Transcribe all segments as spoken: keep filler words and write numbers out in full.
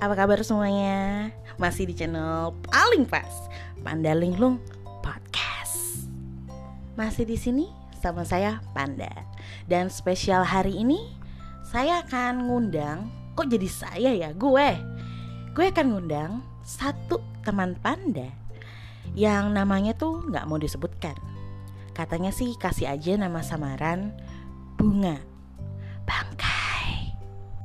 apa kabar semuanya? Masih di channel paling pas, Panda Linglung Podcast. Masih di sini sama saya Panda. Dan spesial hari ini saya akan ngundang, kok jadi saya ya? Gue. Gue akan ngundang satu teman Panda yang namanya tuh nggak mau disebutkan. Katanya sih kasih aja nama samaran Bunga Bangkai.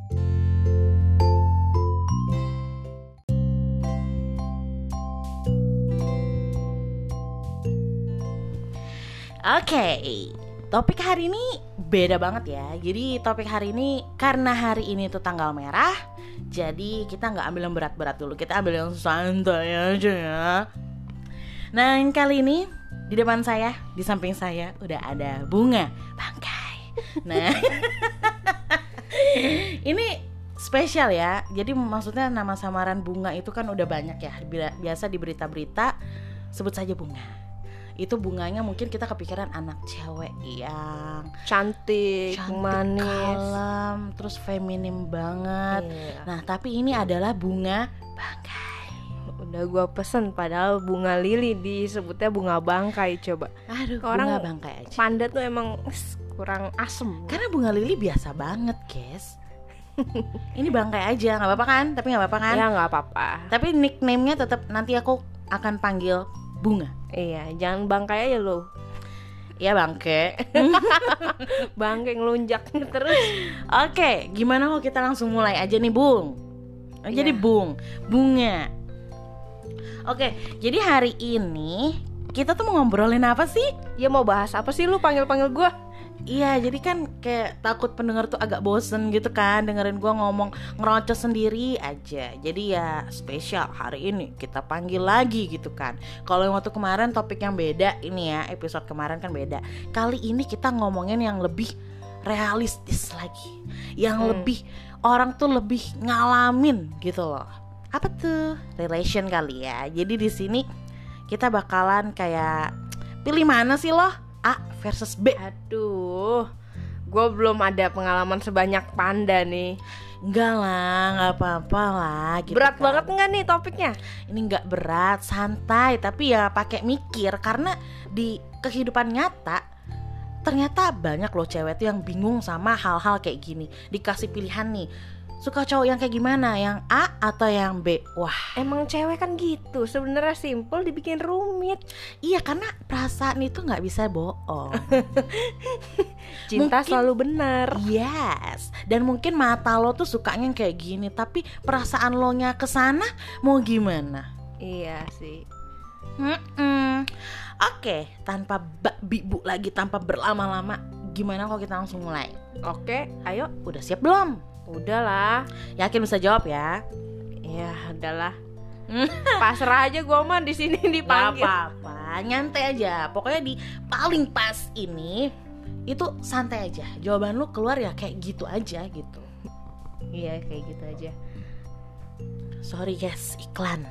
Oke, okay. Topik hari ini beda banget ya. Jadi topik hari ini karena hari ini tuh tanggal merah, jadi kita nggak ambil yang berat-berat dulu, kita ambil yang santai aja ya. Nah kali ini di depan saya, di samping saya udah ada Bunga Bangkai. Nah ini spesial ya. Jadi maksudnya nama samaran Bunga itu kan udah banyak ya. Biasa di berita-berita sebut saja Bunga. Itu bunganya mungkin kita kepikiran anak cewek yang cantik, cantik manis, kalem, terus feminim banget. Iya. Nah tapi ini adalah Bunga Bangkai. Udah gue pesen, padahal bunga lili disebutnya bunga bangkai. Coba Aduh, orang Bunga Bangkai aja. Panda tuh emang kurang asem. Karena bunga lili biasa banget guys. Ini bangkai aja, nggak apa-apa kan? Tapi nggak apa-apa kan? Ya nggak apa-apa. Tapi nickname-nya tetap nanti aku akan panggil Bunga. Iya, jangan bangkai aja lo. Ya bangke. Bangkai ngelunjaknya terus. Oke, gimana kalau kita langsung mulai aja nih Bung? Jadi Iya. Bung, Bunga. Oke, jadi hari ini kita tuh mau ngobrolin apa sih? Ya mau bahas apa sih lu panggil-panggil gue? Iya, jadi kan kayak takut pendengar tuh agak bosen gitu kan dengerin gua ngomong ngerocos sendiri aja. Jadi ya spesial hari ini kita panggil lagi gitu kan. Kalau yang waktu kemarin topik yang beda ini ya, episode kemarin kan beda. Kali ini kita ngomongin yang lebih realistis lagi. Yang Hmm. lebih orang tuh lebih ngalamin gitu loh. Apa tuh? Relation kali ya. Jadi di sini kita bakalan kayak pilih mana sih loh? A versus B. Aduh, gue belum ada pengalaman sebanyak Panda nih. Enggak lah, gak apa-apa lah gitu. Berat kan. banget nggak nih topiknya? Ini gak berat, santai. Tapi ya pakai mikir. Karena di kehidupan nyata ternyata banyak loh cewek tuh yang bingung sama hal-hal kayak gini. Dikasih pilihan nih, suka cowok yang kayak gimana? Yang A atau yang B? Wah, Emang cewek kan gitu, sebenarnya simple dibikin rumit. iya karena perasaan itu gak bisa bohong. Cinta Mungkin- selalu benar. Yes. Dan mungkin mata lo tuh sukanya yang kayak gini, tapi perasaan lo nya kesana mau gimana? Iya sih. Mm-mm. Oke, tanpa bak bibu lagi, tanpa berlama-lama, gimana kalau kita langsung mulai? Oke, ayo. Udah siap belum? Udahlah. Yakin bisa jawab ya? Ya, udahlah. Pasrah aja gue mah di sini Gak dipanggil. apa-apa, nyantai aja. Pokoknya di paling pas ini itu santai aja. Jawaban lu keluar ya kayak gitu aja gitu. Iya, kayak gitu aja. Sorry guys, iklan.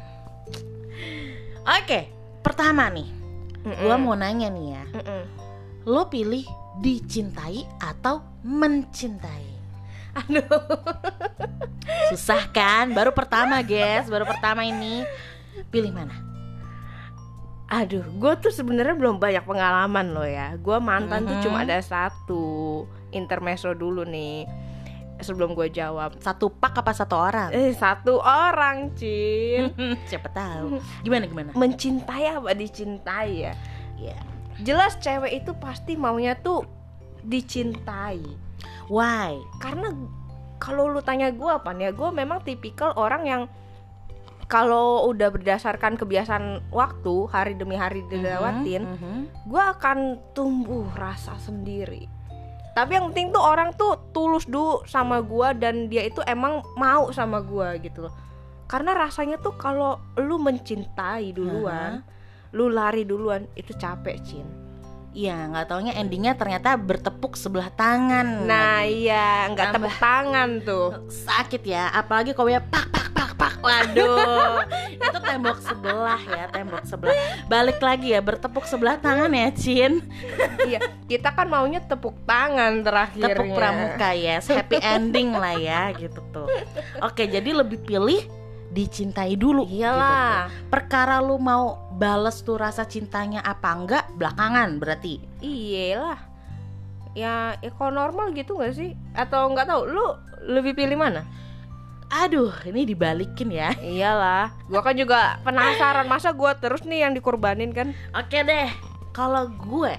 Oke, pertama nih, Mm-mm. gua mau nanya nih ya. Mm-mm. Lo pilih dicintai atau mencintai? Aduh. Susah kan? Baru pertama guys, baru pertama ini. Pilih mana? Aduh, gue tuh sebenarnya belum banyak pengalaman loh ya. Gue mantan Mhm. tuh cuma ada satu. Intermezzo dulu nih sebelum gue jawab. Satu pak apa satu orang? Eh, satu orang, Cin. Siapa tahu. Gimana gimana? Mencintai apa dicintai ya? Ya. Jelas cewek itu pasti maunya tuh dicintai. Why? Karena kalau lu tanya gue apa nih ya, gue memang tipikal orang yang kalau udah berdasarkan kebiasaan waktu, hari demi hari dilewatin, Mhm. gue akan tumbuh rasa sendiri. Tapi yang penting tuh orang tuh tulus dulu sama gue dan dia itu emang mau sama gue gitu loh. Karena rasanya tuh kalau lu mencintai duluan, lu lari duluan, itu capek, Cin. Iya, nggak taunya endingnya ternyata bertepuk sebelah tangan. Nah iya, nggak Tambah. tepuk tangan tuh. Sakit ya, apalagi kalau ya pak pak pak pak. Waduh, itu tembok sebelah ya, tembok sebelah. Balik lagi ya, bertepuk sebelah tangan ya, Cin. Iya, kita kan maunya tepuk tangan terakhirnya. Tepuk pramuka ya, happy ending lah ya gitu tuh. Oke, jadi lebih pilih dicintai dulu. Iyalah. Gitu. Perkara lu mau bales tuh rasa cintanya apa enggak belakangan berarti. Iyalah. Ya, ya kalau normal gitu gak sih? Atau nggak tahu, lu lebih pilih mana? Aduh, ini dibalikin ya. Iyalah, gua kan juga penasaran, masa gua terus nih yang dikorbanin kan? Oke deh, kalau gue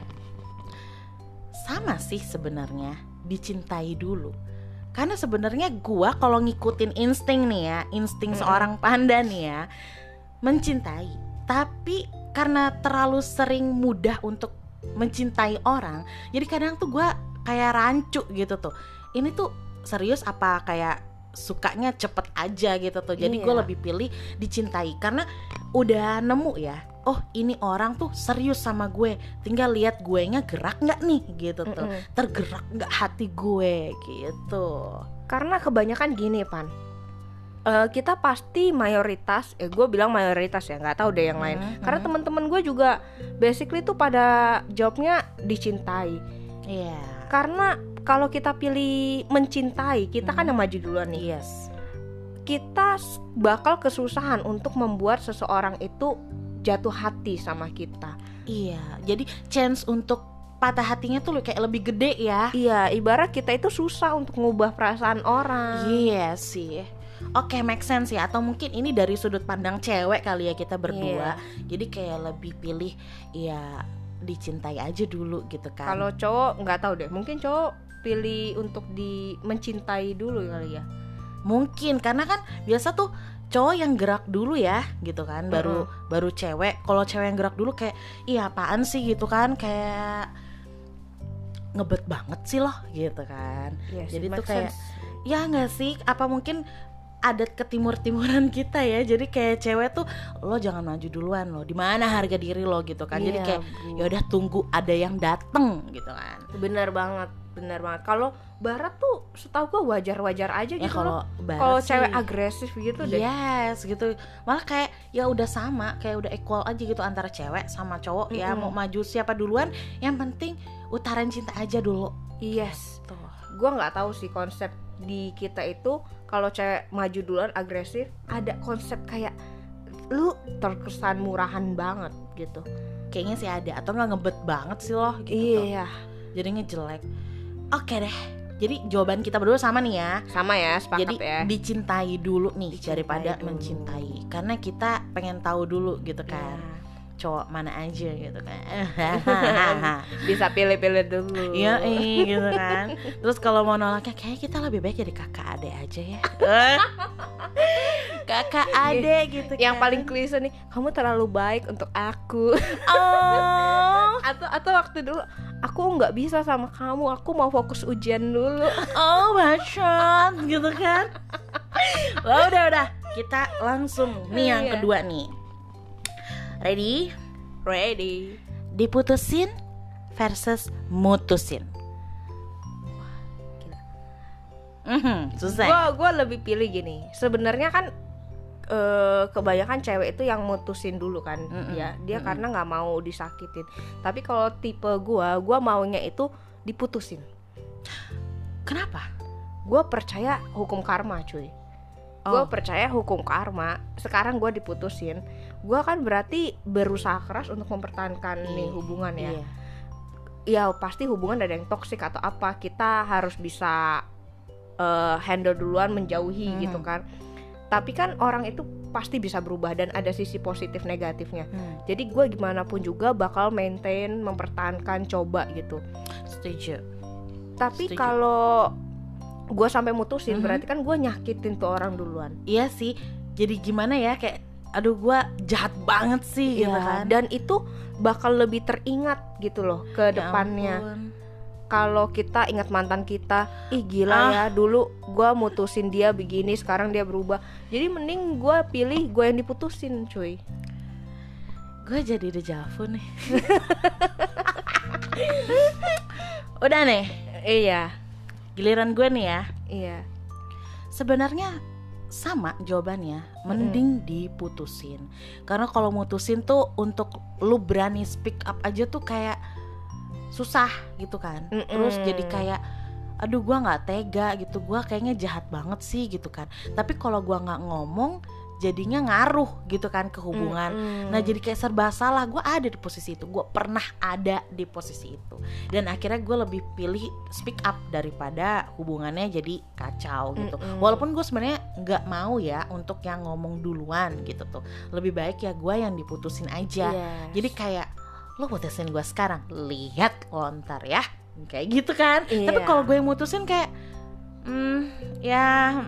sama sih sebenarnya, dicintai dulu. Karena sebenarnya gue kalau ngikutin insting nih ya, insting mm-hmm. seorang panda nih ya, mencintai. Tapi karena terlalu sering mudah untuk mencintai orang, jadi kadang tuh gue kayak rancu gitu tuh. Ini tuh serius apa kayak sukanya cepet aja gitu tuh. Jadi iya. gue lebih pilih dicintai karena udah nemu ya, oh ini orang tuh serius sama gue, tinggal lihat guenya gerak nggak nih gitu tuh, mm-mm. tergerak nggak hati gue gitu. Karena kebanyakan gini Pan, uh, kita pasti mayoritas, eh gue bilang mayoritas ya, nggak tahu deh yang lain. Mm-hmm. Karena teman-teman gue juga basically tuh pada jawabnya dicintai. Iya. Yeah. Karena kalau kita pilih mencintai, kita hmm. kan yang maju duluan nih. Yes. Kita bakal kesusahan untuk membuat seseorang itu jatuh hati sama kita. Iya. Jadi chance untuk patah hatinya tuh kayak lebih gede ya. Iya. Ibarat kita itu susah untuk ngubah perasaan orang. Iya sih. Oke, make sense ya. Atau mungkin ini dari sudut pandang cewek kali ya kita berdua. Iya. Jadi kayak lebih pilih ya dicintai aja dulu gitu kan. Kalau cowok nggak tahu deh. Mungkin cowok pilih untuk di mencintai dulu kali ya. Mungkin karena kan biasa tuh cowok yang gerak dulu ya gitu kan, baru uh-huh. baru cewek. Kalau cewek yang gerak dulu kayak iya apaan sih gitu kan, kayak ngebet banget sih loh gitu kan. Yes, jadi tuh kayak sense. Ya nggak sih, apa mungkin adat ketimur-timuran kita ya, jadi kayak cewek tuh lo jangan maju duluan lo, di mana harga diri lo gitu kan. Jadi kayak ya udah tunggu ada yang dateng gitu kan. Bener banget, bener banget. Kalau barat tuh setahu gue wajar-wajar aja ya, gitu loh. Kalau cewek agresif gitu deh. Yes gitu. Malah kayak ya udah sama, kayak udah equal aja gitu antara cewek sama cowok. Mm-hmm. Ya mau maju siapa duluan, yang penting utaran cinta aja dulu. Yes. Tuh. Gue nggak tahu sih konsep di kita itu kalau cewek maju duluan agresif, ada konsep kayak lu terkesan murahan banget gitu. Kayaknya sih ada, atau nggak ngebet banget sih loh gitu. Iya. Jadinya jelek. Oke deh. Jadi jawaban kita berdua sama nih ya. Sama ya, sepakat. Jadi, ya. Jadi dicintai dulu nih dicintai daripada dulu. mencintai. Karena kita pengen tahu dulu gitu kan. Ya. Cowok mana aja gitu kan. Bisa pilih-pilih dulu. Iya gitu kan. Terus kalau mau nolaknya kayak kita lebih baik jadi kakak adek aja ya. Kakak adek gitu kan. Yang paling klise nih, kamu terlalu baik untuk aku. Oh. Atau atau waktu dulu aku nggak bisa sama kamu, aku mau fokus ujian dulu. Oh bacot gitu kan. Wah udah udah kita langsung nih yang iya. kedua nih. Ready? Ready. Diputusin versus mutusin. Gila. Mm-hmm, susah. Gue gue lebih pilih gini. Sebenarnya kan uh, kebanyakan cewek itu yang mutusin dulu kan, mm-hmm. ya dia mm-hmm. karena nggak mau disakitin. Tapi kalau tipe gue, gue maunya itu diputusin. Kenapa? Gue percaya hukum karma, cuy. Gue oh. percaya hukum karma. Sekarang gue diputusin, gue kan berarti berusaha keras untuk mempertahankan yeah. nih hubungan ya. Yeah. Ya pasti hubungan ada yang toksik atau apa, kita harus bisa uh, handle duluan, menjauhi hmm. gitu kan. Tapi kan orang itu pasti bisa berubah dan ada sisi positif negatifnya. Hmm. Jadi gue gimana pun juga bakal maintain, mempertahankan, coba gitu. Setuju. Tapi kalau gue sampai mutusin, mm-hmm. berarti kan gue nyakitin tuh orang duluan. Iya sih. Jadi gimana ya, kayak aduh gue jahat banget sih gitu kan. Dan itu bakal lebih teringat gitu loh ke ya depannya. Kalau kita ingat mantan kita, ih gila ah. ya, dulu gue mutusin dia begini, sekarang dia berubah. Jadi mending gue pilih gue yang diputusin, cuy. Gue jadi dejavu nih. Udah nih. Iya. Giliran gue nih ya. Iya. Sebenarnya sama jawabannya, mending mm-hmm. diputusin. Karena kalau mutusin tuh untuk lu berani speak up aja tuh kayak susah gitu kan. Mm-hmm. Terus jadi kayak aduh gue nggak tega gitu, gue kayaknya jahat banget sih gitu kan. Tapi kalau gue nggak ngomong, jadinya ngaruh gitu kan ke hubungan. Mm-mm. Nah jadi kayak serba salah. Gue ada di posisi itu, gue pernah ada di posisi itu, dan akhirnya gue lebih pilih speak up daripada hubungannya jadi kacau gitu. Mm-mm. Walaupun gue sebenarnya nggak mau ya untuk yang ngomong duluan gitu tuh, lebih baik ya gue yang diputusin aja. Yes. Jadi kayak lo putusin gue sekarang, lihat lontar ya, kayak gitu kan. Iya. Tapi kalau gue yang mutusin kayak hmm, ya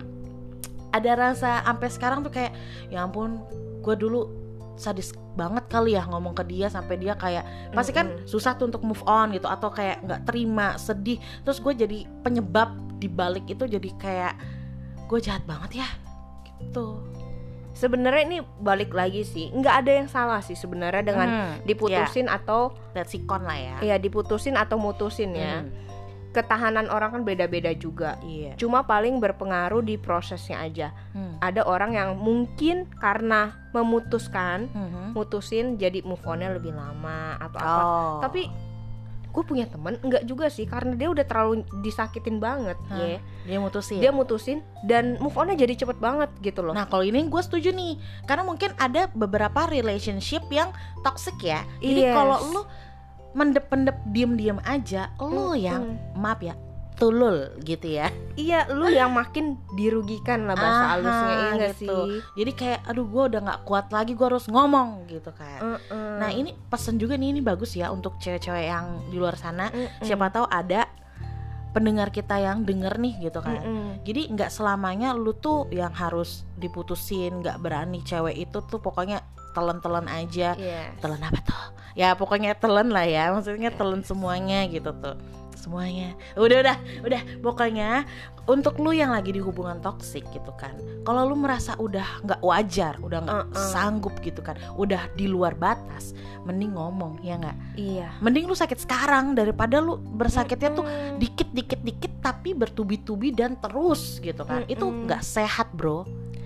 ada rasa sampai sekarang tuh kayak ya ampun, gue dulu sadis banget kali ya ngomong ke dia sampai dia kayak pasti kan Mm-mm. susah tuh untuk move on gitu, atau kayak nggak terima, sedih, terus gue jadi penyebab di balik itu, jadi kayak gue jahat banget ya gitu. Sebenarnya ini balik lagi sih, nggak ada yang salah sih sebenarnya dengan Hmm, diputusin atau Let's sikon lah ya. ya diputusin atau mutusin ya. Hmm, Ketahanan orang kan beda-beda juga. iya. Cuma paling berpengaruh di prosesnya aja. Hmm. Ada orang yang mungkin karena memutuskan, Mhm. mutusin jadi move on-nya lebih lama atau apa. Oh. Tapi gue punya temen enggak juga sih, karena dia udah terlalu disakitin banget Hah, ya. dia mutusin. Dia mutusin dan move on-nya jadi cepet banget gitu loh. Nah kalau ini gue setuju nih, karena mungkin ada beberapa relationship yang toxic ya. Jadi Yes. kalau lu mendep-mendep diem-diem aja, lu Mm-mm. yang maaf ya tulul gitu ya. Iya, lu yang makin dirugikan lah bahasa Aha, halusnya, iya nggak gitu. sih? Jadi kayak aduh gue udah nggak kuat lagi, gue harus ngomong gitu kan. Mm-mm. Nah ini pesan juga nih, ini bagus ya untuk cewek-cewek yang di luar sana. Mm-mm. Siapa tahu ada pendengar kita yang denger nih gitu kan. Mm-mm. Jadi nggak selamanya lu tuh yang harus diputusin, nggak berani. Cewek itu tuh pokoknya telan-telan aja. Yes. Telan apa tuh? Ya pokoknya telan lah ya, maksudnya telan semuanya gitu tuh, semuanya. Udah udah udah pokoknya untuk lu yang lagi di hubungan toksik gitu kan, kalau lu merasa udah nggak wajar, udah nggak Uh-uh. sanggup gitu kan, udah di luar batas, mending ngomong ya nggak. Iya. Mending lu sakit sekarang daripada lu bersakitnya tuh Mm-mm. dikit dikit dikit tapi bertubi-tubi dan terus gitu kan. Mm-mm. Itu nggak sehat bro.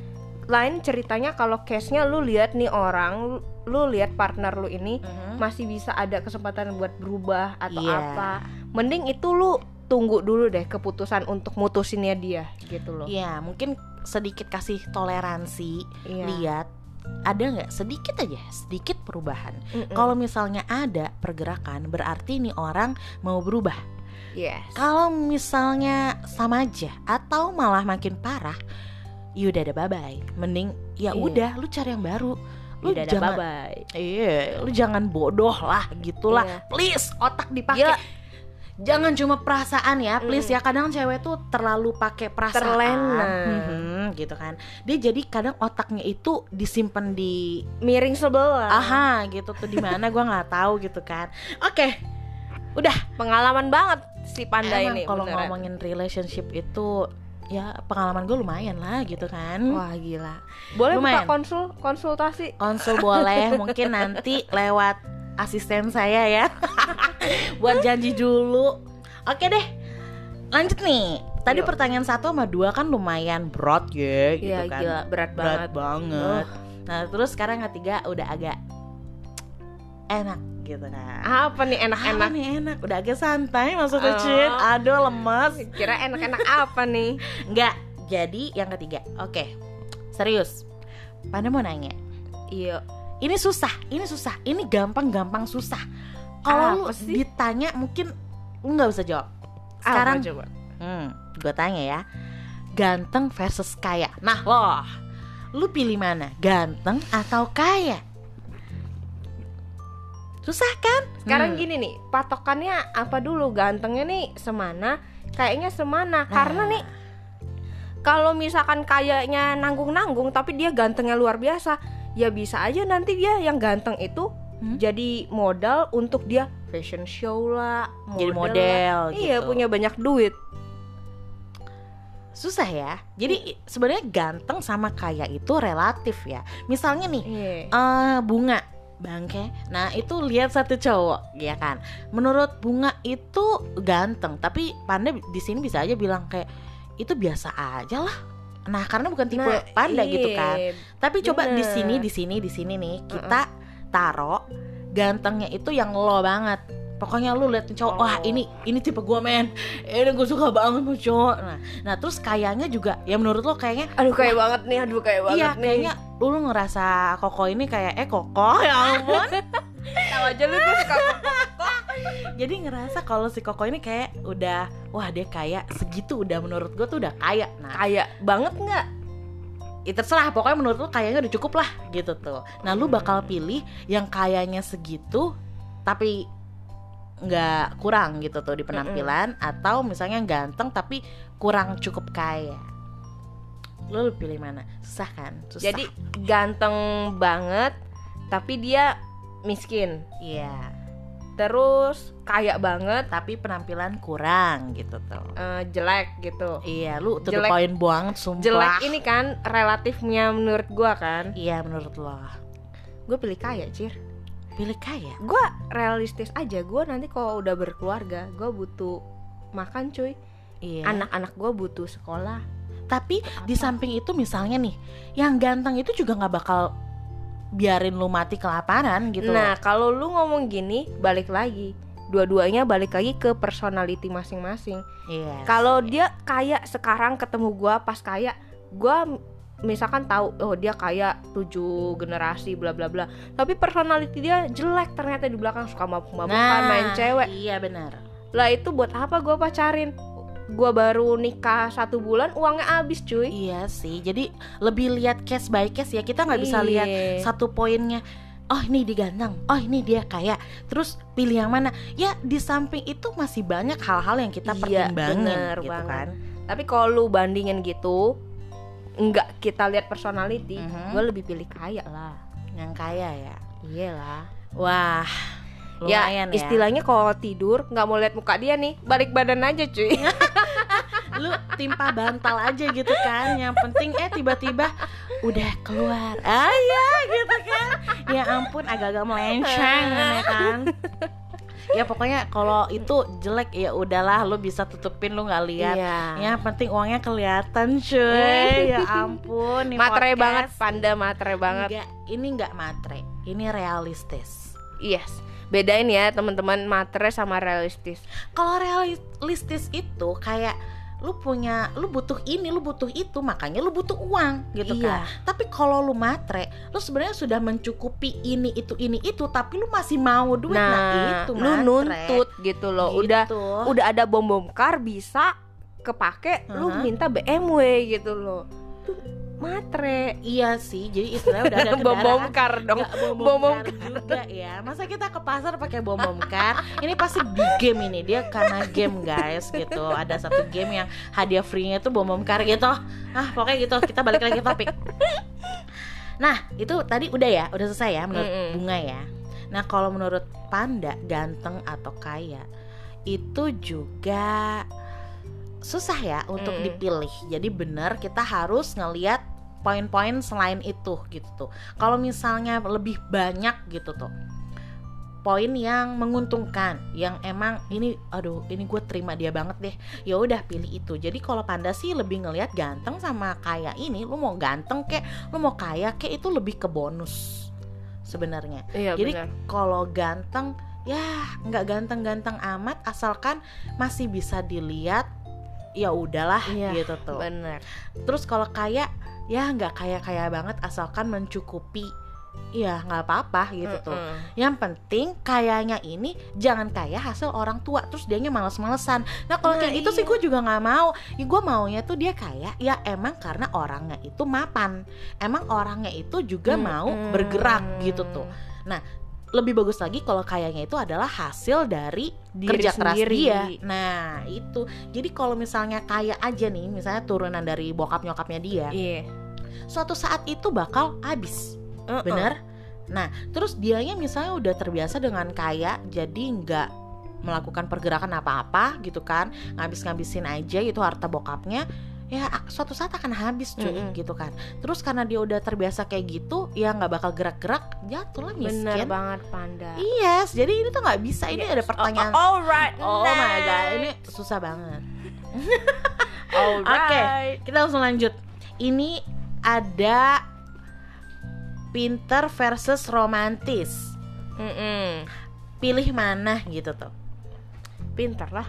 Lain ceritanya kalau case-nya lu lihat nih orang, lu, lu lihat partner lu ini Mhm. masih bisa ada kesempatan buat berubah atau Iya. apa. Mending itu lu tunggu dulu deh keputusan untuk mutusinnya dia gitu loh. Iya, mungkin sedikit kasih toleransi, Iya. lihat ada nggak sedikit aja, sedikit perubahan. Mm-mm. Kalau misalnya ada pergerakan, berarti nih orang mau berubah. Yes. Kalau misalnya sama aja atau malah makin parah, ya udah ada bye-bye. Mending ya Iya. udah, lu cari yang baru. Lu Udah ada jangan, bye-bye. iya, lu jangan bodoh lah, gitulah. Iya. Please, otak dipakai. Gila. Jangan cuma perasaan ya, please Mm. ya. Kadang cewek tuh terlalu pakai perasaan, Terlena. Mhm, gitu kan. Dia jadi kadang otaknya itu disimpan di Miring sebelah. aha gitu tuh, di mana gua nggak tahu gitu kan. Oke, udah. Pengalaman banget si Panda Emang ini. kalau beneran. ngomongin relationship itu ya pengalaman gue lumayan lah gitu kan. Wah gila. Boleh Lumayan. buka konsul konsultasi. Konsul boleh, mungkin nanti lewat asisten saya ya. Buat janji dulu. Oke deh, lanjut nih. Tadi Yuk. pertanyaan satu sama dua kan lumayan berat ya gitu Iya kan. gila berat, Berat banget. banget. Oh. Nah terus sekarang yang ketiga udah agak enak gitu kan. Apa nih Apa enak-enak? nih enak, udah agak santai maksudnya Oh. Cid. Aduh lemes. Kira enak-enak apa nih? Enggak, jadi yang ketiga. Oke, serius. Panda mau nanya. Iya. Ini susah, ini susah, ini gampang-gampang susah. Kalau lu Apa sih? ditanya mungkin lu nggak bisa jawab. Sekarang, Apa coba? hmm, gue tanya ya, ganteng versus kaya. Nah loh, lu pilih mana? Ganteng atau kaya? Susah kan? Sekarang Hmm. gini nih, patokannya apa dulu? Gantengnya nih semana, kayaknya semana. Karena Nah. nih kalau misalkan kayaknya nanggung-nanggung tapi dia gantengnya luar biasa, ya bisa aja nanti dia yang ganteng itu Hmm? jadi modal untuk dia fashion show lah, Jadi lah. model Iya, gitu. punya banyak duit. Susah ya. Jadi sebenarnya ganteng sama kaya itu relatif ya. Misalnya nih, Iya. eh bunga bangke. Nah itu lihat satu cowok, ya kan. Menurut bunga itu ganteng, tapi Panda di sini bisa aja bilang kayak itu biasa aja lah. Nah karena bukan tipe Nah, Panda gitu iya. kan. Tapi coba di bener. sini, di sini, di sini nih kita taruh gantengnya itu yang lo banget. Pokoknya lu liat cowok, Oh. wah ini ini tipe gue men, ini gue suka banget sama cowok. Nah, nah terus kayaknya juga, ya menurut lo kayaknya, Aduh kayak banget nih, aduh kayak banget iya nih. kayaknya lu, lu ngerasa Koko ini kayak eh Koko ya ampun. Tahu aja lu tuh suka kok. Jadi ngerasa kalau si Koko ini kayak udah, wah dia kayak segitu udah menurut gue tuh udah kaya. Nah Kayak banget nggak? ya terserah, pokoknya menurut lu kayaknya udah cukup lah gitu tuh. Nah lu bakal pilih yang kayaknya segitu tapi nggak kurang gitu tuh di penampilan, mm-mm. atau misalnya ganteng tapi kurang cukup kaya. Lu pilih mana? Susah kan? Susah. Jadi ganteng banget tapi dia miskin. Iya. Terus kaya banget tapi penampilan kurang gitu tuh. uh, jelek gitu. Iya, lu to the Jelek- point banget sumpah. Jelek ini kan relatifnya menurut gua kan. Iya menurut lo. Gue pilih kaya, Cir. Pilih kaya. Gue realistis aja. Gue nanti kalau udah berkeluarga, gue butuh makan cuy. Iya. Anak-anak gue butuh sekolah. Tapi di samping itu misalnya nih, yang ganteng itu juga nggak bakal biarin lu mati kelaparan gitu. Nah kalau lu ngomong gini, balik lagi, dua-duanya balik lagi ke personality masing-masing. Iya. Kalau dia kaya sekarang ketemu gue pas kaya, gue misalkan tahu oh dia kaya tujuh generasi bla bla bla, tapi personality dia jelek ternyata di belakang suka mabuk-mabukan, Nah, main cewek. Iya benar. Lah itu buat apa gue pacarin? Gue baru nikah satu bulan uangnya habis cuy. Iya sih. Jadi lebih lihat case by case ya. Kita nggak bisa Iya. lihat satu poinnya. Oh ini dia ganteng, oh ini dia kaya, terus pilih yang mana? Ya di samping itu masih banyak hal-hal yang kita Iya, pertimbangin bener gitu banget. kan. Tapi kalau lu bandingin gitu, nggak kita lihat personality, Mhm. gue lebih pilih kaya lah. Yang kaya ya. Iyalah. Wah, Ya lumayan ya. istilahnya kalau tidur nggak mau lihat muka dia nih, balik badan aja cuy. Lu timpa bantal aja gitu kan. Yang penting eh tiba-tiba udah keluar. Ah ya gitu kan. Ya ampun agak-agak melenceng ya kan. Ya pokoknya kalau itu jelek ya udahlah, lu bisa tutupin, lu nggak lihat. Iya. Yang penting uangnya kelihatan cuy. Ya ampun. Nih Matre podcast. banget, panda matre banget. Enggak, ini nggak matre. Ini realistis. Yes. Bedain ya teman-teman, matre sama realistis. Kalau realistis itu kayak lu punya, lu butuh ini, lu butuh itu, makanya lu butuh uang gitu Iya. kan. Tapi kalau lu matre, lu sebenarnya sudah mencukupi ini itu ini itu, tapi lu masih mau duit. Nah, Nah, itu lu matre. nuntut gitu loh. Udah Gitu. udah ada bom bom kar bisa kepake, lu Uh-huh. minta B M W gitu loh. Itu matre. Iya sih, jadi istilahnya udah ada Bom bom kendaraan. kar dong. Nggak bom Bom bom kar juga ya. Masa kita ke pasar pakai bom bom kar? Ini pasti di game ini, dia karena game guys gitu. Ada satu game yang hadiah free-nya tuh bom bom kar gitu. Ah pokoknya gitu. Kita balik lagi ke topik. Nah itu tadi udah ya, udah selesai ya menurut Mm-mm. Bunga ya. Nah kalau menurut Panda, ganteng atau kaya itu juga susah ya untuk Mm-mm. dipilih. Jadi benar kita harus ngelihat poin-poin selain itu gitu tuh. Kalau misalnya lebih banyak gitu tuh poin yang menguntungkan, yang emang ini aduh ini gue terima dia banget deh, ya udah pilih itu. Jadi kalau Panda sih lebih ngelihat ganteng sama kaya ini, lu mau ganteng kek, lu mau kaya kek, itu lebih ke bonus sebenarnya. Iya, Jadi benar. kalau ganteng ya nggak ganteng-ganteng amat, asalkan masih bisa dilihat, ya udahlah Iya, gitu tuh. Benar. Terus kalau kaya ya nggak kaya-kaya banget, asalkan mencukupi, ya nggak apa-apa gitu tuh. Mm-mm. Yang penting kayanya ini jangan kaya hasil orang tua terus dianya males-malesan. Nah kalau Nah, kayak gitu iya. sih gue juga nggak mau. Ya gue maunya tuh dia kaya ya emang karena orangnya itu mapan, emang orangnya itu juga mau Mm-mm. bergerak gitu tuh. Nah lebih bagus lagi kalau kayanya itu adalah hasil dari Diri kerja keras sendiri. dia. Nah itu, jadi kalau misalnya kaya aja nih, misalnya turunan dari bokap nyokapnya dia, Iya. suatu saat itu bakal habis. Uh-uh. Bener? Nah, terus dianya misalnya udah terbiasa dengan kaya, jadi nggak melakukan pergerakan apa-apa gitu kan, ngabis-ngabisin aja itu harta bokapnya, ya suatu saat akan habis cuy. Mm-mm. Gitu kan. Terus karena dia udah terbiasa kayak gitu, ya nggak bakal gerak-gerak, jatuhlah miskin. Benar banget Panda. Yes, jadi ini tuh nggak bisa. Ini Yes. ada pertanyaan. Oh, oh, alright. Oh my god, ini susah banget. Oke, kita langsung lanjut. Ini ada pinter versus romantis. Mm-mm. pilih mana gitu tuh? Pinter lah.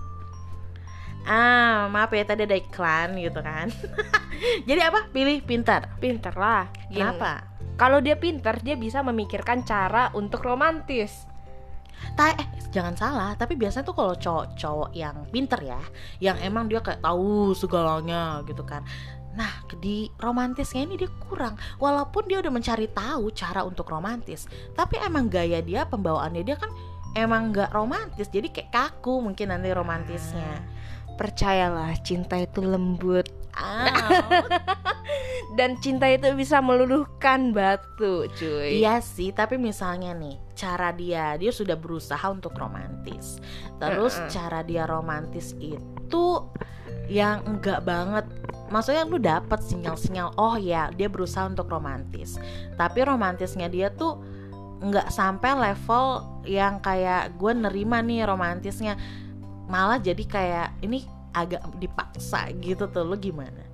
Ah, maaf ya tadi ada iklan gitu kan. Jadi apa? Pilih pintar. Pinter lah. Gini, Kenapa? kalau dia pinter, dia bisa memikirkan cara untuk romantis. Ta eh jangan salah, tapi biasanya tuh kalau cowok-cowok yang pinter ya, yang emang dia kayak tahu segalanya gitu kan. Nah, di romantisnya ini dia kurang. Walaupun dia udah mencari tahu cara untuk romantis, tapi emang gaya dia, pembawaannya dia kan emang nggak romantis. Jadi kayak kaku mungkin nanti romantisnya. Percayalah, cinta itu lembut. Ah. Dan cinta itu bisa meluluhkan batu, cuy. Iya sih, tapi misalnya nih, cara dia, dia sudah berusaha untuk romantis. Terus Uh-uh. cara dia romantis itu yang enggak banget. Maksudnya lu dapet sinyal-sinyal, oh ya, dia berusaha untuk romantis. Tapi romantisnya dia tuh enggak sampai level yang kayak gue nerima nih romantisnya. Malah jadi kayak ini agak dipaksa gitu tuh. Lu gimana?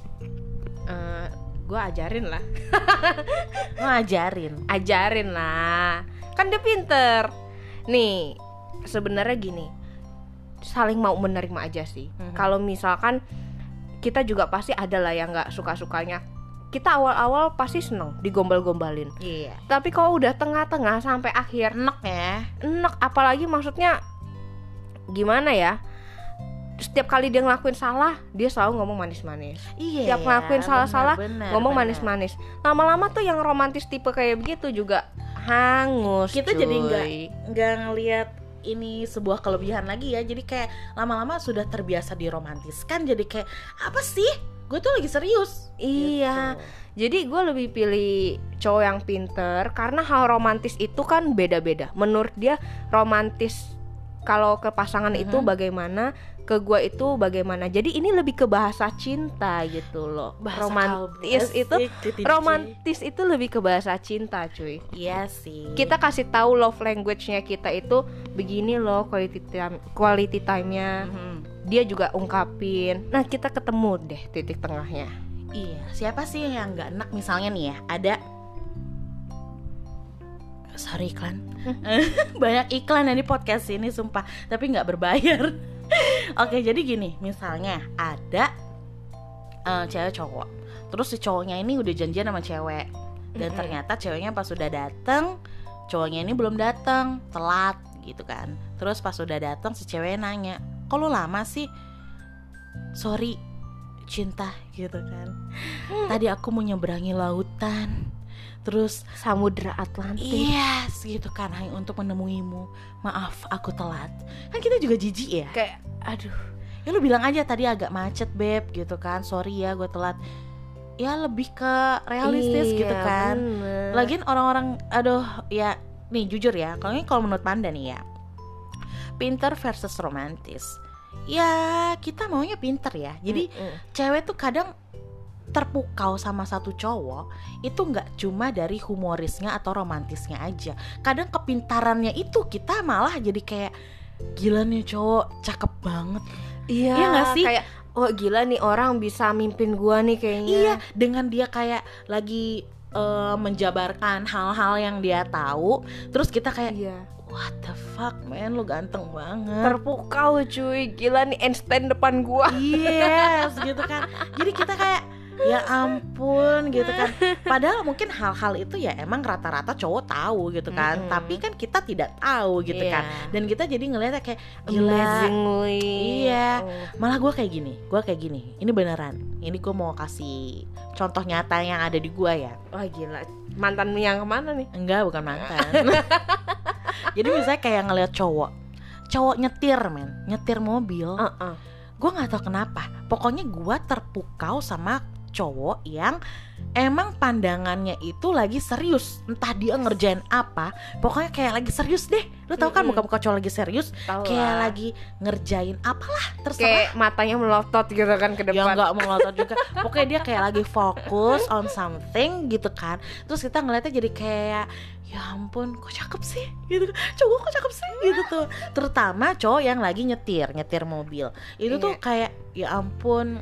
Uh, gue ajarin lah. Lu ajarin. Ajarin lah. Kan dia pinter. Nih, sebenarnya gini, saling mau menerima aja sih. Mhm. Kalau misalkan kita juga pasti ada lah yang nggak suka-sukanya. Kita awal-awal pasti seneng digombal-gombalin. Iya. Tapi kalau udah tengah-tengah sampai akhir, Enak ya. enak. Apalagi maksudnya gimana ya? Setiap kali dia ngelakuin salah, dia selalu ngomong manis-manis. Iya. Setiap ngelakuin salah-salah, bener, ngomong bener. manis-manis. Lama-lama tuh yang romantis tipe kayak begitu juga hangus. Kita cuy. jadi nggak nggak ngelihat ini sebuah kelebihan lagi ya. Jadi kayak lama-lama sudah terbiasa diromantiskan. Jadi kayak apa sih? Gue tuh lagi serius. Iya. Gitu. Jadi gue lebih pilih cowok yang pinter karena hal romantis itu kan beda-beda. Menurut dia romantis kalau ke pasangan Mhm. itu bagaimana, ke gue itu bagaimana. Jadi ini lebih ke bahasa cinta gitu loh. Bahasa romantis kalbu, itu asik, titik. romantis itu lebih ke bahasa cinta, cuy. Iya sih. Kita kasih tahu love language-nya kita itu begini loh, quality time quality time-nya. Mhm. Dia juga ungkapin. Nah, kita ketemu deh titik tengahnya. Iya. Siapa sih yang nggak enak misalnya nih ya? Ada. Sorry iklan. Banyak iklan ya di podcast ini sumpah, tapi nggak berbayar. Oke, jadi gini, misalnya ada uh, cewek cowok. Terus si cowoknya ini udah janjian sama cewek. Dan Mm-mm. ternyata ceweknya pas sudah dateng, cowoknya ini belum datang, telat gitu kan. Terus pas sudah datang si ceweknya nanya, "Kok lu lama sih?" "Sorry, cinta," gitu kan. "Tadi aku mau nyeberangi lautan. Terus Samudra Atlantik. yes gitu kan, hanya untuk menemuimu. Maaf aku telat." Kan kita juga jijik ya. Kayak aduh. Ya lu bilang aja tadi agak macet beb gitu kan. Sorry ya gue telat. Ya lebih ke realistis Iya, gitu kan. bener. Lagian orang-orang aduh ya nih jujur ya. Kalau ini kalau menurut Panda nih ya, pinter versus romantis. Ya kita maunya pinter ya. Jadi Mm-mm. cewek tuh kadang terpukau sama satu cowok itu nggak cuma dari humorisnya atau romantisnya aja. Kadang kepintarannya itu kita malah jadi kayak gila nih cowok cakep banget. Iya, Iya nggak sih? Kayak oh gila nih orang bisa mimpin gua nih kayaknya. Iya, dengan dia kayak lagi eh, menjabarkan hal-hal yang dia tahu, terus kita kayak Iya. what the fuck man, lu ganteng banget. Terpukau cuy, gila nih Einstein depan gua. Yes gitu kan. Jadi kita kayak ya ampun gitu kan. Padahal mungkin hal-hal itu ya emang rata-rata cowok tahu gitu kan. Mm-mm. Tapi kan kita tidak tahu gitu Iya. kan. Dan kita jadi ngeliatnya kayak gila. Amazingly. Iya. Oh. Malah gue kayak gini, gue kayak gini. Ini beneran. Ini gue mau kasih contoh nyata yang ada di gue ya. Wah gila. Mantanmu yang kemana nih? Enggak, bukan mantan. Jadi misalnya kayak ngeliat cowok, cowok nyetir men, nyetir mobil. Uh-uh. Gue nggak tahu kenapa. Pokoknya gue terpukau sama cowok yang emang pandangannya itu lagi serius. Entah dia ngerjain apa, pokoknya kayak lagi serius deh. Lu tahu kan Mm-mm. muka-muka cowok lagi serius, Tahu kayak lah. lagi ngerjain apalah terserah. Kayak matanya melotot gitu kan ke Ya depan. nggak melotot juga. Pokoknya dia kayak lagi fokus on something gitu kan. Terus kita ngeliatnya jadi kayak ya ampun kok cakep sih gitu. Cowok kok cakep sih gitu tuh. Terutama cowok yang lagi nyetir, nyetir mobil. Itu tuh Iya. kayak ya ampun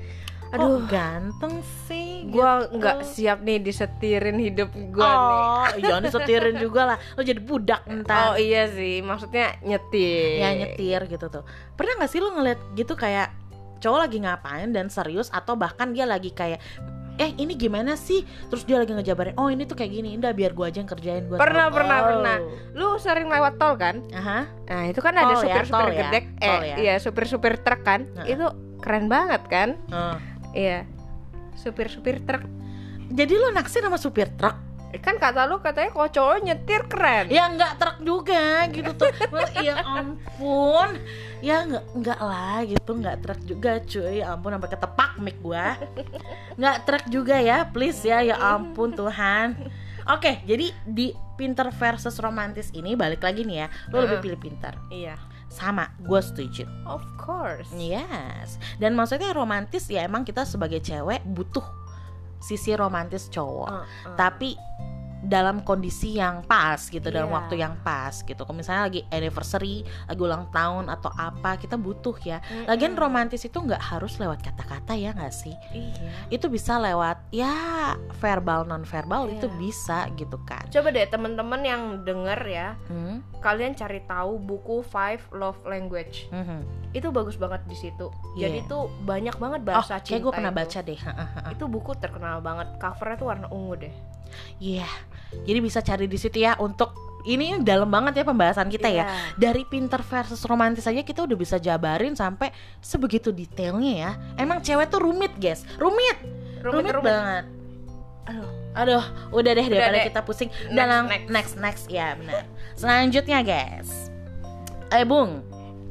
Aduh, kok ganteng sih. Gua gitu. nggak siap nih disetirin hidup gua nih. Oh, jangan disetirin juga lah. Lo jadi budak ntar. Oh iya sih, maksudnya nyetir. Ya nyetir gitu tuh. Pernah nggak sih lo ngeliat gitu kayak cowok lagi ngapain dan serius, atau bahkan dia lagi kayak eh ini gimana sih, terus dia lagi ngejabarin, oh ini tuh kayak gini, udah biar gua aja yang kerjain. Gua Pernah tahu. pernah Oh. pernah. Lu sering lewat tol kan? Aha. Nah itu kan ada Tol ya, supir-supir tol ya, gedek, eh tol ya. iya supir-supir truk kan, Nah. itu keren banget kan? Uh. Iya, supir-supir truk. Jadi lo naksir sama supir truk? Kan kata lu katanya kalau cowok nyetir keren. Ya nggak truk juga gitu tuh. Ya ampun, ya nggak nggak lah gitu, nggak truk juga cuy. Ya ampun, sampai ketepak mic gua. Nggak truk juga ya, please ya. Ya ampun Tuhan. Oke, jadi di pinter versus romantis ini balik lagi nih ya. Lo lebih pilih pinter. Iya. Sama, gue setuju. Of course. Yes. Dan maksudnya romantis ya emang kita sebagai cewek butuh sisi romantis cowok. Uh, uh. Tapi dalam kondisi yang pas gitu, dalam Iya. waktu yang pas gitu. Kalau misalnya lagi anniversary, lagi ulang tahun atau apa, kita butuh ya. Mm-mm. Lagian romantis itu nggak harus lewat kata-kata ya nggak sih? Iya. Itu bisa lewat ya verbal non verbal, Iya. itu bisa gitu kan. Coba deh teman-teman yang denger ya, Hmm? kalian cari tahu buku Five Love Language. Mhm. Itu bagus banget di situ. Iya. Jadi tuh banyak banget Oh, bahasa kayak cinta. gue pernah itu. baca deh. Itu buku terkenal banget. Covernya tuh warna ungu deh. Iya, jadi bisa cari di situ ya. Untuk ini dalam banget ya pembahasan kita ya. Iya. Dari pinter versus romantis aja kita udah bisa jabarin sampai sebegitu detailnya ya. Emang cewek tuh rumit guys, rumit, rumit, Rumit-rumit. banget. Aduh. Aduh, udah deh Udah daripada deh. kita pusing. Next, Dalam next. next next ya benar. Selanjutnya guys, eh Bung,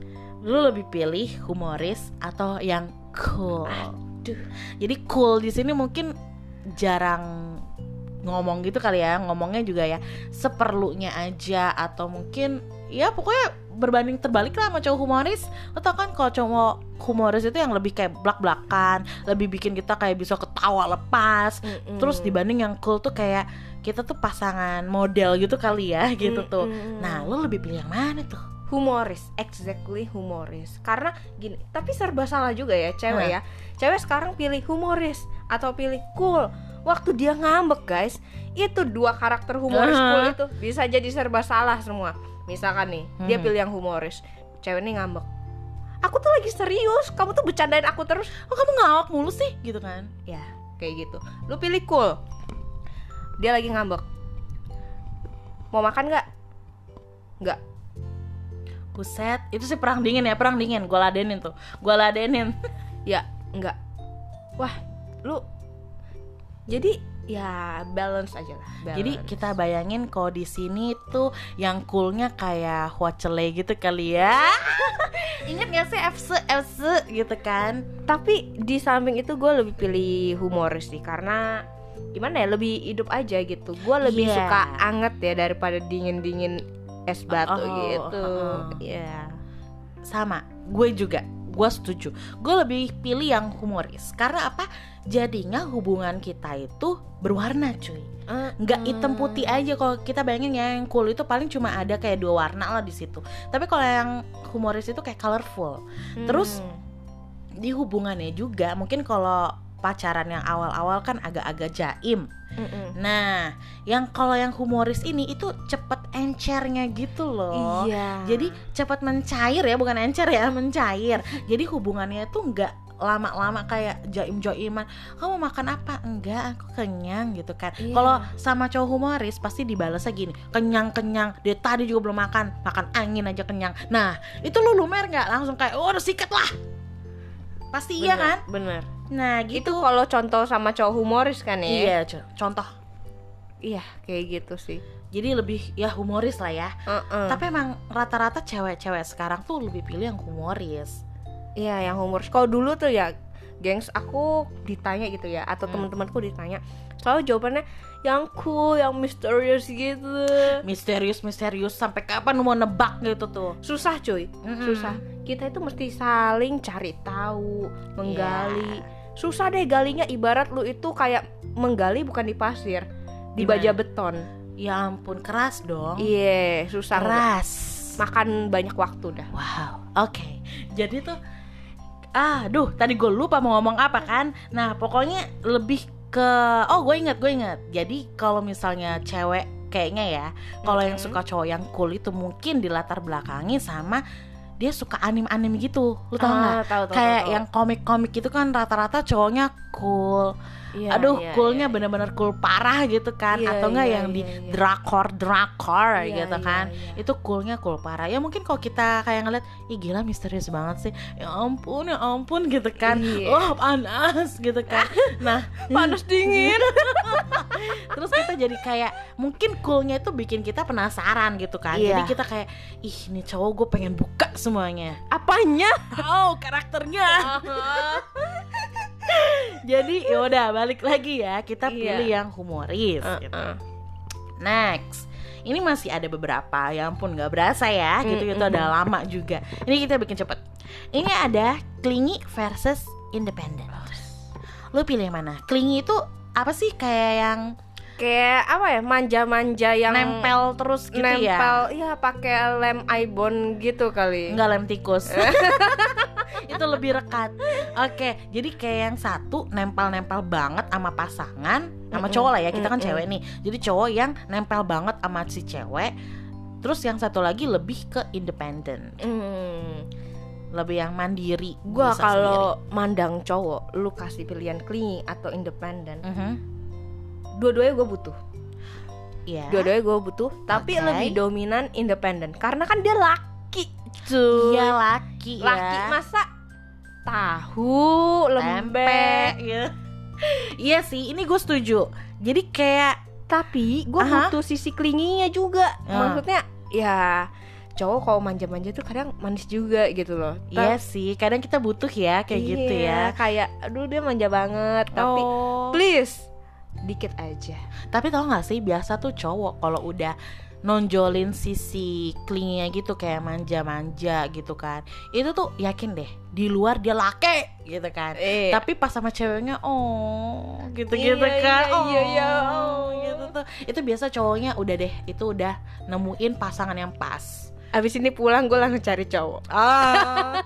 lu lebih pilih humoris atau yang cool? Aduh. Jadi cool di sini mungkin jarang ngomong gitu kali ya, ngomongnya juga ya seperlunya aja, atau mungkin ya pokoknya berbanding terbalik lah sama cowok humoris. Lo tau kan kalau cowok humoris itu yang lebih kayak blak-blakan, lebih bikin kita kayak bisa ketawa lepas. Mm-mm. Terus dibanding yang cool tuh kayak kita tuh pasangan model gitu kali ya gitu tuh. Mm-mm. Nah lo lebih pilih yang mana tuh? Humoris, exactly humoris. Karena gini, tapi serba salah juga ya cewek Hah? ya. Cewek sekarang pilih humoris atau pilih cool. Waktu dia ngambek guys, itu dua karakter humoris Hah? cool itu bisa jadi serba salah semua. Misalkan nih, dia Hmm. pilih yang humoris, cewek ini ngambek. Aku tuh lagi serius, kamu tuh bercandain aku terus. Oh kamu ngelawak mulu sih gitu kan? Ya, kayak gitu. Lu pilih cool. Dia lagi ngambek. Mau makan nggak? Nggak. Buset, itu sih perang dingin ya, perang dingin. Gue ladenin tuh, gue ladenin. Ya, enggak. Wah, lu jadi ya balance aja lah. Balance. Jadi kita bayangin kalau di sini tuh yang coolnya kayak Huacele gitu kali ya. Ingat gak sih F S F S gitu kan? tapi di samping itu gue lebih pilih humoris sih karena gimana ya, lebih hidup aja gitu. Gue lebih Iya. suka anget ya daripada dingin-dingin es batu Oh, gitu. oh, oh. Iya. Sama, gue juga, gue setuju. Gue lebih pilih yang humoris. Karena apa? Jadinya hubungan kita itu berwarna cuy. Nggak hitam putih aja. Kalau kita bayangin ya, yang cool itu paling cuma ada kayak dua warna lah di situ. Tapi kalau yang humoris itu kayak colorful. Terus Hmm. di hubungannya juga mungkin kalau pacaran yang awal-awal kan agak-agak jaim. Mm-mm. Nah, yang kalau yang humoris ini itu cepet encernya gitu loh. Iya. Jadi cepet mencair ya, bukan encer ya, mencair. Jadi hubungannya tuh nggak lama-lama kayak jaim-jaiman. Kamu makan apa? Enggak, aku kenyang gitu kan. Iya. Kalau sama cowok humoris pasti dibalasnya gini, kenyang-kenyang. Dia tadi juga belum makan, makan angin aja kenyang. Nah, itu lu lumer nggak? Langsung kayak, oh udah sikat lah. Pasti iya kan? Bener. Nah Itu gitu. kalau contoh sama cowok humoris kan ya. Iya, co- contoh. Iya, kayak gitu sih. Jadi lebih ya humoris lah ya. Uh-uh. Tapi emang rata-rata cewek-cewek sekarang tuh lebih pilih yang humoris. Iya, yang humoris. Kalau dulu tuh ya, gengs, aku ditanya gitu ya, atau Hmm. teman-temanku ditanya, selalu jawabannya yang cool, yang misterius gitu. Misterius-misterius sampai kapan lu mau nebak gitu tuh. Susah cuy, Mm-mm. susah. Kita itu mesti saling cari tahu, menggali. Iya. Susah deh galinya, ibarat lu itu kayak menggali bukan di pasir, di Gimana? baja beton. Ya ampun, keras dong. Iya, susah. Keras. Makan banyak waktu dah. Wow. Oke. Jadi tuh ah, duh, tadi gue lupa mau ngomong apa kan. Nah, pokoknya lebih ke, oh gue ingat, gue ingat. Jadi kalau misalnya cewek kayaknya ya, kalau Mm-mm. yang suka cowok yang cool itu mungkin dilatar belakangi sama dia suka anim-anim gitu. Lu tau nggak? Ah, tahu, tahu, Kayak tahu, tahu. yang komik-komik itu kan rata-rata cowoknya cool. Iya, Aduh, iya, coolnya iya. bener-bener cool parah gitu kan. Iya, Atau enggak iya, yang di iya, iya. drakor drakor Iya, gitu iya, kan. iya. Itu coolnya cool parah. Ya mungkin kalau kita kayak ngeliat, ih gila misterius banget sih. Ya ampun, ya ampun gitu kan. Iya. Wah, panas gitu kan. Nah, Panas dingin. terus kita jadi kayak mungkin coolnya itu bikin kita penasaran gitu kan. Iya. Jadi kita kayak, ih ini cowok gue pengen buka semuanya. Apanya? Oh, karakternya. Jadi yaudah balik lagi ya, kita Iya. pilih yang humoris Uh-uh. gitu. Next, ini masih ada beberapa, ya ampun nggak berasa ya, gitu-gitu Mm-mm. ada lama juga. Ini kita bikin cepet. Ini ada clingy versus independent. Lu pilih yang mana? Clingy itu apa sih, kayak yang Kayak apa ya? Manja-manja yang nempel terus gitu nempel, ya? iya pakai lem ibon gitu kali. Enggak, lem tikus. Itu lebih rekat. Oke, jadi kayak yang satu nempel-nempel banget sama pasangan, sama Mm-mm. cowok lah ya, kita kan Mm-mm. cewek nih. Jadi cowok yang nempel banget sama si cewek. Terus yang satu lagi lebih ke independent, Hmm. lebih yang mandiri. Gua bisa kalau mandang cowok, lu kasih pilihan clingy atau independen, sendiri. Mhm. dua-duanya gue butuh. Iya. Dua-duanya gue butuh, tapi Oke. lebih dominan independen karena kan dia laki, cuy. Iya, laki ya. Laki masa tahu Tempe lembek. gitu. Iya sih, ini gue setuju. Jadi kayak Tapi gue Aha. butuh sisi clingy-nya juga. Ah. Maksudnya ya cowok kalau manja-manja tuh kadang manis juga gitu loh. iya sih, kadang kita butuh ya kayak Iya, gitu ya. Kayak aduh dia manja banget, tapi Oh. please dikit aja. Tapi tau gak sih, biasa tuh cowok kalau udah nonjolin sisi clingy gitu, kayak manja-manja gitu kan, itu tuh yakin deh di luar dia laki gitu kan. Eh. Tapi pas sama ceweknya oh gitu-gitu Iya, kan. iya, iya, iya. Oh gitu tuh. Itu biasa cowoknya udah deh, itu udah nemuin pasangan yang pas. Abis ini pulang gue langsung cari cowok. Ah.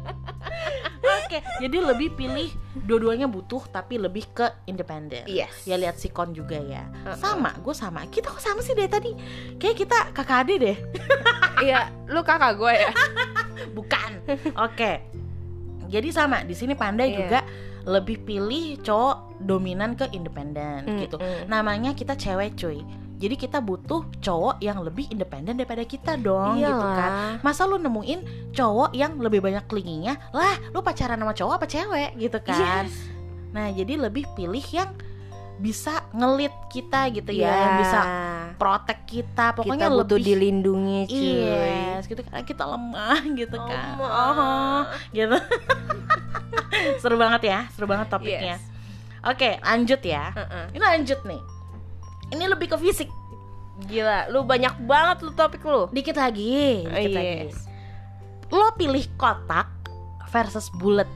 Oke, jadi lebih pilih dua-duanya butuh tapi lebih ke independen. Yes. Ya lihat sikon juga ya. Uh-uh. Sama, gue sama. Kita kok sama sih dari tadi? Kayak kita kakak adik deh. Iya, lu kakak gue ya. Bukan. Oke. Jadi sama, di sini Pandai Iya. juga lebih pilih cowok dominan ke independen Mm, gitu. mm. Namanya kita cewek cuy. Jadi kita butuh cowok yang lebih independen daripada kita dong gitu kan. Iyalah. Masa lu nemuin cowok yang lebih banyak clingy-nya? Lah, lu pacaran sama cowok apa cewek gitu kan. Yes. Nah, jadi lebih pilih yang bisa ngelit kita gitu ya, Iya. yang bisa protect kita. Pokoknya kita butuh lebih dilindungi cuy. yes, gitu kan, kita lemah gitu kan. Lemah. Oh, gitu. Seru banget ya, seru banget topiknya. Yes. Oke, lanjut ya. Uh-uh. Ini lanjut nih. Ini lebih ke fisik. Gila, lu banyak banget lu topik lu. Dikit lagi, Oh, dikit lagi. yes. Lo pilih kotak versus bulat.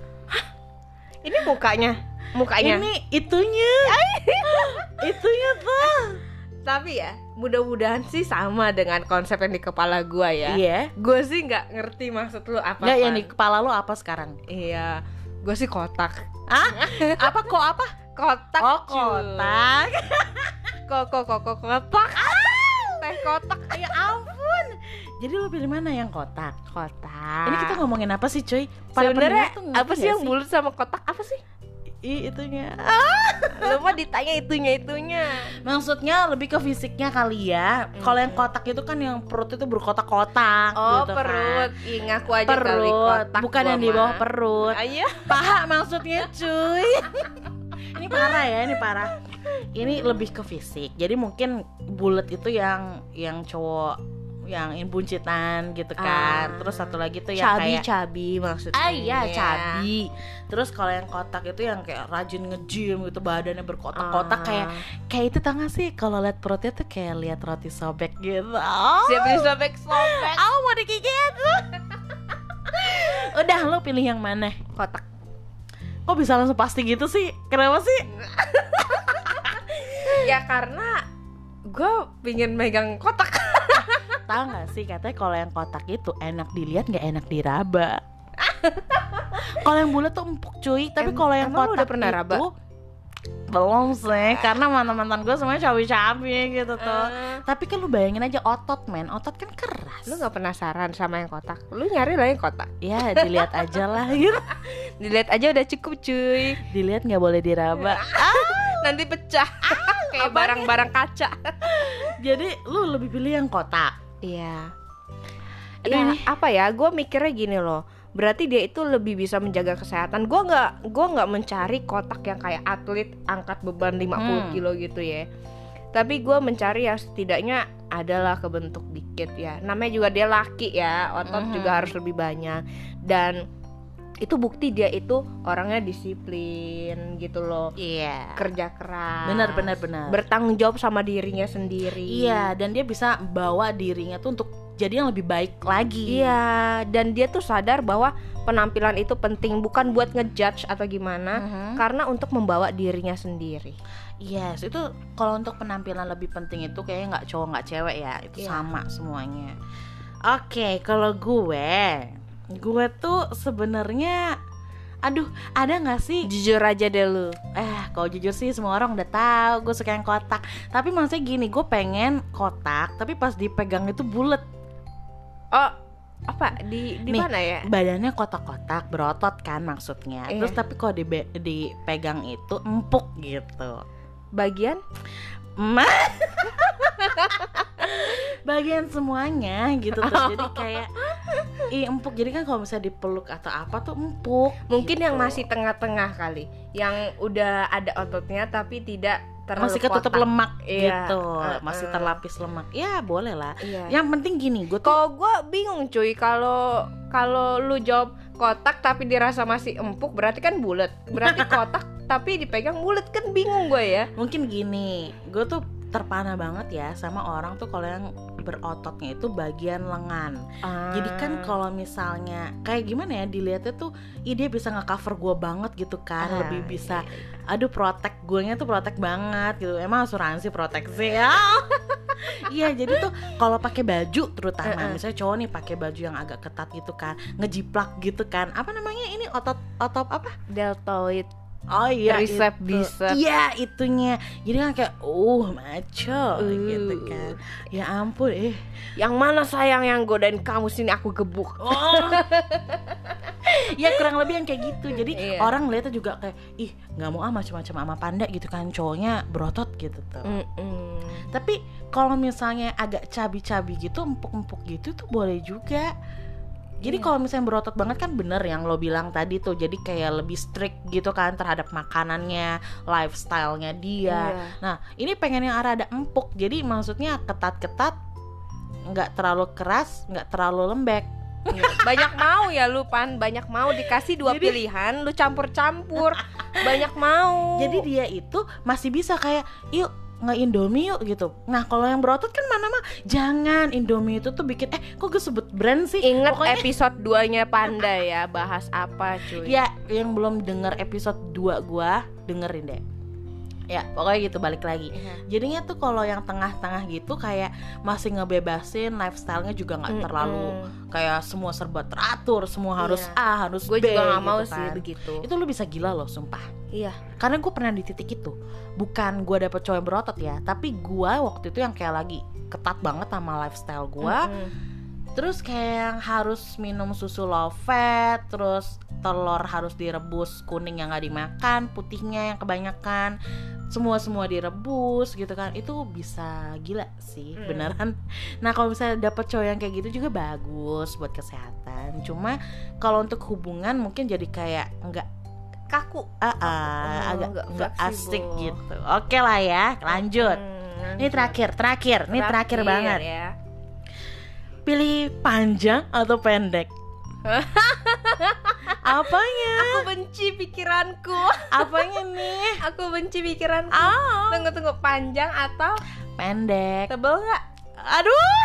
Ini mukanya, mukanya. Ini itunya. Itunya tuh. Tapi ya, mudah-mudahan sih sama dengan konsep yang di kepala gua ya. Iya. Gue sih nggak ngerti maksud lu apa. Nggak, yang di kepala lo apa sekarang? Iya, gue sih kotak. Ah? Apa kok apa? Kotak. Oh, cuy. kotak. Kok kok kok kok kotak. Teh kotak. Ya ampun. Jadi lo pilih mana, yang kotak? Kotak. Ini kita ngomongin apa sih, cuy? Para Sebenarnya pendengar tuh ngerti apa sih nggak yang bulat sama kotak? Apa sih? Ih, itunya. Lu mah ditanya itunya itunya. Maksudnya lebih ke fisiknya kali ya. Kalau yang kotak itu kan yang perut itu berkotak-kotak Oh, gitu perut. kan. Ih, ngaku aja kali Perut, kotak. bukan gua yang di mah. bawah perut. Ayo. Paha maksudnya, cuy. Ini parah ya, ini parah. Ini lebih ke fisik. Jadi mungkin bulat itu yang yang cowok yang buncitan gitu kan. Ah. Terus satu lagi tuh yang kayak Cabi-cabi maksudnya. ah iya cabi. Terus kalau yang kotak itu yang kayak rajin nge-gym gitu, badannya berkotak-kotak, Ah. kayak kayak itu tau gak sih, kalau lihat perutnya tuh kayak lihat roti sobek gitu. Oh, Siapa yang sobek-sobek? oh mau digigit. Udah, lo pilih yang mana? Kotak. Kok bisa langsung pasti gitu sih? Kenapa sih? Ya karena gue pingin megang kotak. Tahu nggak sih, katanya kalau yang kotak itu enak dilihat nggak enak diraba. Kalau yang bulat tuh empuk cuy, tapi Em- kalau yang emang lu kotak udah pernah itu raba? belum sih, karena mantan-mantan gue semuanya cabi-cabi gitu tuh. Eh. Tapi kan lu bayangin aja otot men, otot kan keras. Lu nggak penasaran sama yang kotak? Lu nyari lah yang kotak. Ya dilihat aja lah gitu. Dilihat aja udah cukup cuy. Dilihat nggak boleh diraba. Nanti pecah. Kayak barang-barang kaca. Jadi lu lebih pilih yang kotak. Iya. Aduh, Ya ini. apa ya? Gue mikirnya gini loh. Berarti dia itu lebih bisa menjaga kesehatan. Gue nggak, gue nggak mencari kotak yang kayak atlet angkat beban lima puluh Hmm. kilo gitu ya. Tapi gue mencari yang setidaknya adalah kebentuk dikit ya. Namanya juga dia laki ya, otot Mhm. juga harus lebih banyak. Dan itu bukti dia itu orangnya disiplin gitu loh. Iya. Kerja keras. Benar benar benar. Bertanggung jawab sama dirinya sendiri. Iya, dan dia bisa bawa dirinya tuh untuk jadi yang lebih baik lagi. Iya, dan dia tuh sadar bahwa penampilan itu penting, bukan buat ngejudge atau gimana, Mhm. karena untuk membawa dirinya sendiri. Yes, itu kalau untuk penampilan lebih penting itu kayaknya nggak cowok nggak cewek ya, itu Iya. sama semuanya. Oke, kalau gue, gue tuh sebenarnya, aduh, ada nggak sih? Jujur aja deh lu. Eh, kalau jujur sih semua orang udah tahu gue suka yang kotak. Tapi maksudnya gini, gue pengen kotak, tapi pas dipegang itu bulat. Oh, apa di di Nih, mana ya? Badannya kotak-kotak, berotot kan maksudnya. Iya. Terus tapi kalau dibe- dipegang itu empuk gitu. Bagian? Ma bagian semuanya gitu tuh. Jadi kayak ih empuk. Jadi kan kalau misalnya dipeluk atau apa tuh empuk. Mungkin gitu. yang masih tengah-tengah kali, yang udah ada ototnya tapi tidak terlalu masih ketutup kotak. lemak Iya, gitu. uh-uh. Masih terlapis lemak. Ya, boleh lah. Iya. Yang penting gini, gue tuh Kalau gue bingung cuy, kalau kalau lu jawab kotak tapi dirasa masih empuk, berarti kan bulat. Berarti kotak tapi dipegang bulat, kan bingung gue ya. mungkin gini, gue tuh terpana banget ya sama orang tuh kalau yang berototnya itu bagian lengan. Jadi kan kalau misalnya kayak gimana ya, dilihatnya tuh ih dia bisa nge-cover gue banget gitu kan. Ah, Lebih bisa iya, aduh protect gue-nya tuh protect banget gitu. Emang asuransi proteksi ya. Iya, jadi tuh kalau pakai baju terutama Uh-uh. misalnya cowok nih pakai baju yang agak ketat gitu kan, ngejiplak gitu kan. Apa namanya ini otot otot apa? deltoid. Oh iya, Tricep, itu. bicep. Iya, itunya. Jadi kan kayak uh maco Uh. gitu kan. Ya ampun, eh. Yang mana sayang yang godain kamu, sini aku gebuk. Oh. Ya kurang lebih yang kayak gitu. Jadi Iya. orang lihatnya juga kayak ih, nggak mau ah macam-macam sama Panda gitu kan, cowoknya berotot gitu tuh. Mm-mm. Tapi kalau misalnya agak cabi-cabi gitu, empuk-empuk gitu tuh boleh juga. Jadi Iya. kalau misalnya berotot banget kan bener yang lo bilang tadi tuh, jadi kayak lebih strict gitu kan terhadap makanannya, lifestyle-nya dia. Iya. Nah ini pengen yang rada empuk, jadi maksudnya ketat-ketat, nggak terlalu keras, nggak terlalu lembek. Iya. Banyak mau ya lu Pan, banyak mau, dikasih dua Jadi- pilihan, lu campur-campur. Banyak mau. Jadi dia itu masih bisa kayak yuk nge-Indomie yuk gitu. Nah kalau yang berotot kan mana mah jangan. Indomie itu tuh bikin eh kok gue sebut brand sih. Ingat Pokoknya episode dua-nya Panda ya, bahas apa cuy. ya yang belum denger episode dua gua dengerin deh. Ya pokoknya gitu, balik lagi. Iya. Jadinya tuh kalau yang tengah-tengah gitu kayak masih ngebebasin, lifestyle-nya juga nggak Mm-mm. terlalu kayak semua serba teratur, semua harus Iya. A, harus Gue B juga gak gitu mau kan. sih begitu. Itu lu bisa gila loh sumpah. Iya. Karena gue pernah di titik itu. Bukan gue dapet cowok yang berotot ya, tapi gue waktu itu yang kayak lagi ketat banget sama lifestyle gue. Mm-mm. Terus kayak yang harus minum susu low fat, terus telur harus direbus, kuning yang gak dimakan, putihnya yang kebanyakan, semua-semua direbus gitu kan. Itu bisa gila sih, Mm. beneran. Nah kalau misalnya dapet cowok yang kayak gitu juga bagus buat kesehatan. Cuma kalau untuk hubungan mungkin jadi kayak nggak Kaku. ah, ah, Oh, agak nggak nggak fleksibel. asik gitu. Oke lah ya, lanjut. Hmm, Ini terakhir, terakhir, ini terakhir banget. ya. Pilih panjang atau pendek? Apanya? Aku benci pikiranku. Apanya nih? Aku benci pikiranku. Oh, Tunggu tunggu, panjang atau pendek. tebel nggak? Aduh.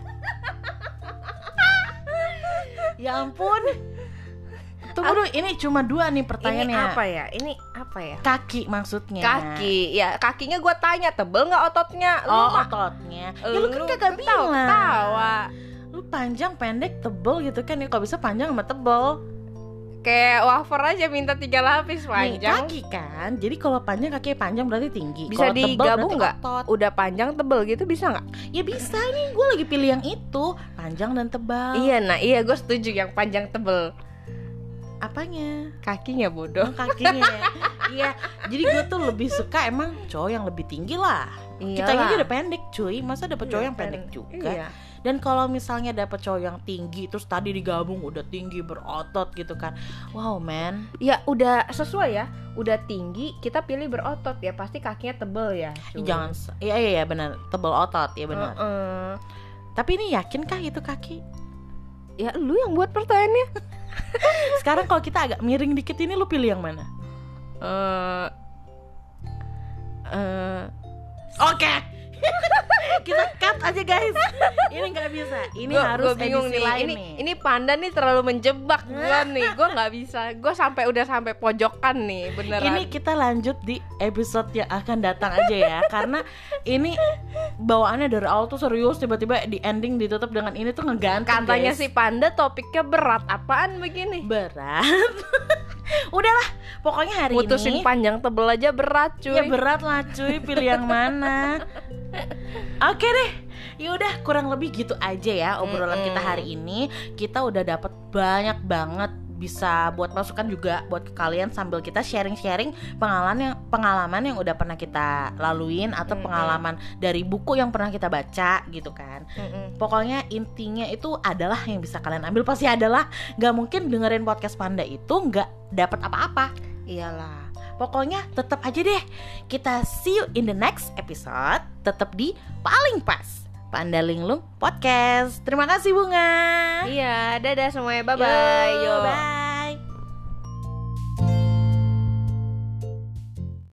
Ya ampun. Tunggu dulu, ini cuma dua nih Ini pertanyaannya. apa ya? Ini apa ya? Kaki maksudnya. Kaki. Ya, kakinya gue tanya tebel nggak ototnya? Lu Oh, mah- ototnya. Ya lu kan lu kagak ketawa- bilang. ketawa. Lu panjang, pendek, tebel gitu kan ya. Kalau bisa panjang sama tebel. Kayak wafer aja minta tiga lapis Nih, panjang. kaki kan. Jadi kalau panjang kaki panjang berarti tinggi. Bisa Kalau tebal digabung berarti nggak? otot. Udah panjang tebel gitu bisa nggak? Ya bisa nih, gue lagi pilih yang itu, panjang dan tebal. Iya, nah iya gue setuju yang panjang tebel. Apanya? Kakinya bodoh. Kakinya ya. Iya. Jadi gue tuh lebih suka emang cowok yang lebih tinggi lah. Kita Iyalah. aja udah pendek cuy, masa dapet cowok Iya, yang pendek pen- juga. Iya. Dan kalau misalnya dapet cowok yang tinggi terus tadi digabung udah tinggi berotot gitu kan, wow man. Ya udah sesuai ya. Udah tinggi kita pilih berotot ya, pasti kakinya tebel ya. Ih, jangan, se- iya iya iya benar, tebal otot ya benar. Heeh. Tapi ini yakinkah itu kaki? Ya lu yang buat pertanyaannya. Sekarang kalau kita agak miring dikit ini, lu pilih yang mana? Eh eh Oke. Kita cut aja guys. Ini nggak bisa. Ini Gua- harus gua bingung edisi nih. lain Ini nih. ini Panda nih terlalu menjebak gua nih. Gua nggak bisa. Gua sampai udah sampai pojokan nih beneran. Ini kita lanjut di episode yang akan datang aja ya. Karena ini bawaannya dari awal tuh serius, tiba-tiba di ending ditutup dengan ini tuh ngeganteng. Katanya guys. si Panda topiknya berat. Apaan begini? berat. Udahlah, pokoknya hari Mutusin ini panjang tebel aja berat cuy. ya berat lah cuy, pilih yang mana. Oke deh, yaudah kurang lebih gitu aja ya obrolan Mm-mm. kita hari ini. Kita udah dapat banyak banget, bisa buat masukan juga buat ke kalian sambil kita sharing-sharing pengalaman yang pengalaman yang udah pernah kita laluin atau Mm-mm. pengalaman dari buku yang pernah kita baca gitu kan. Mm-mm. Pokoknya intinya itu adalah yang bisa kalian ambil pasti adalah nggak mungkin dengerin podcast Panda itu nggak dapat apa-apa. Iyalah. Pokoknya tetap aja deh. Kita see you in the next episode. Tetap di Paling Pas Panda Linglung Podcast. Terima kasih Bunga. Iya, dadah semuanya. Bye Yo, bye. Yo. bye.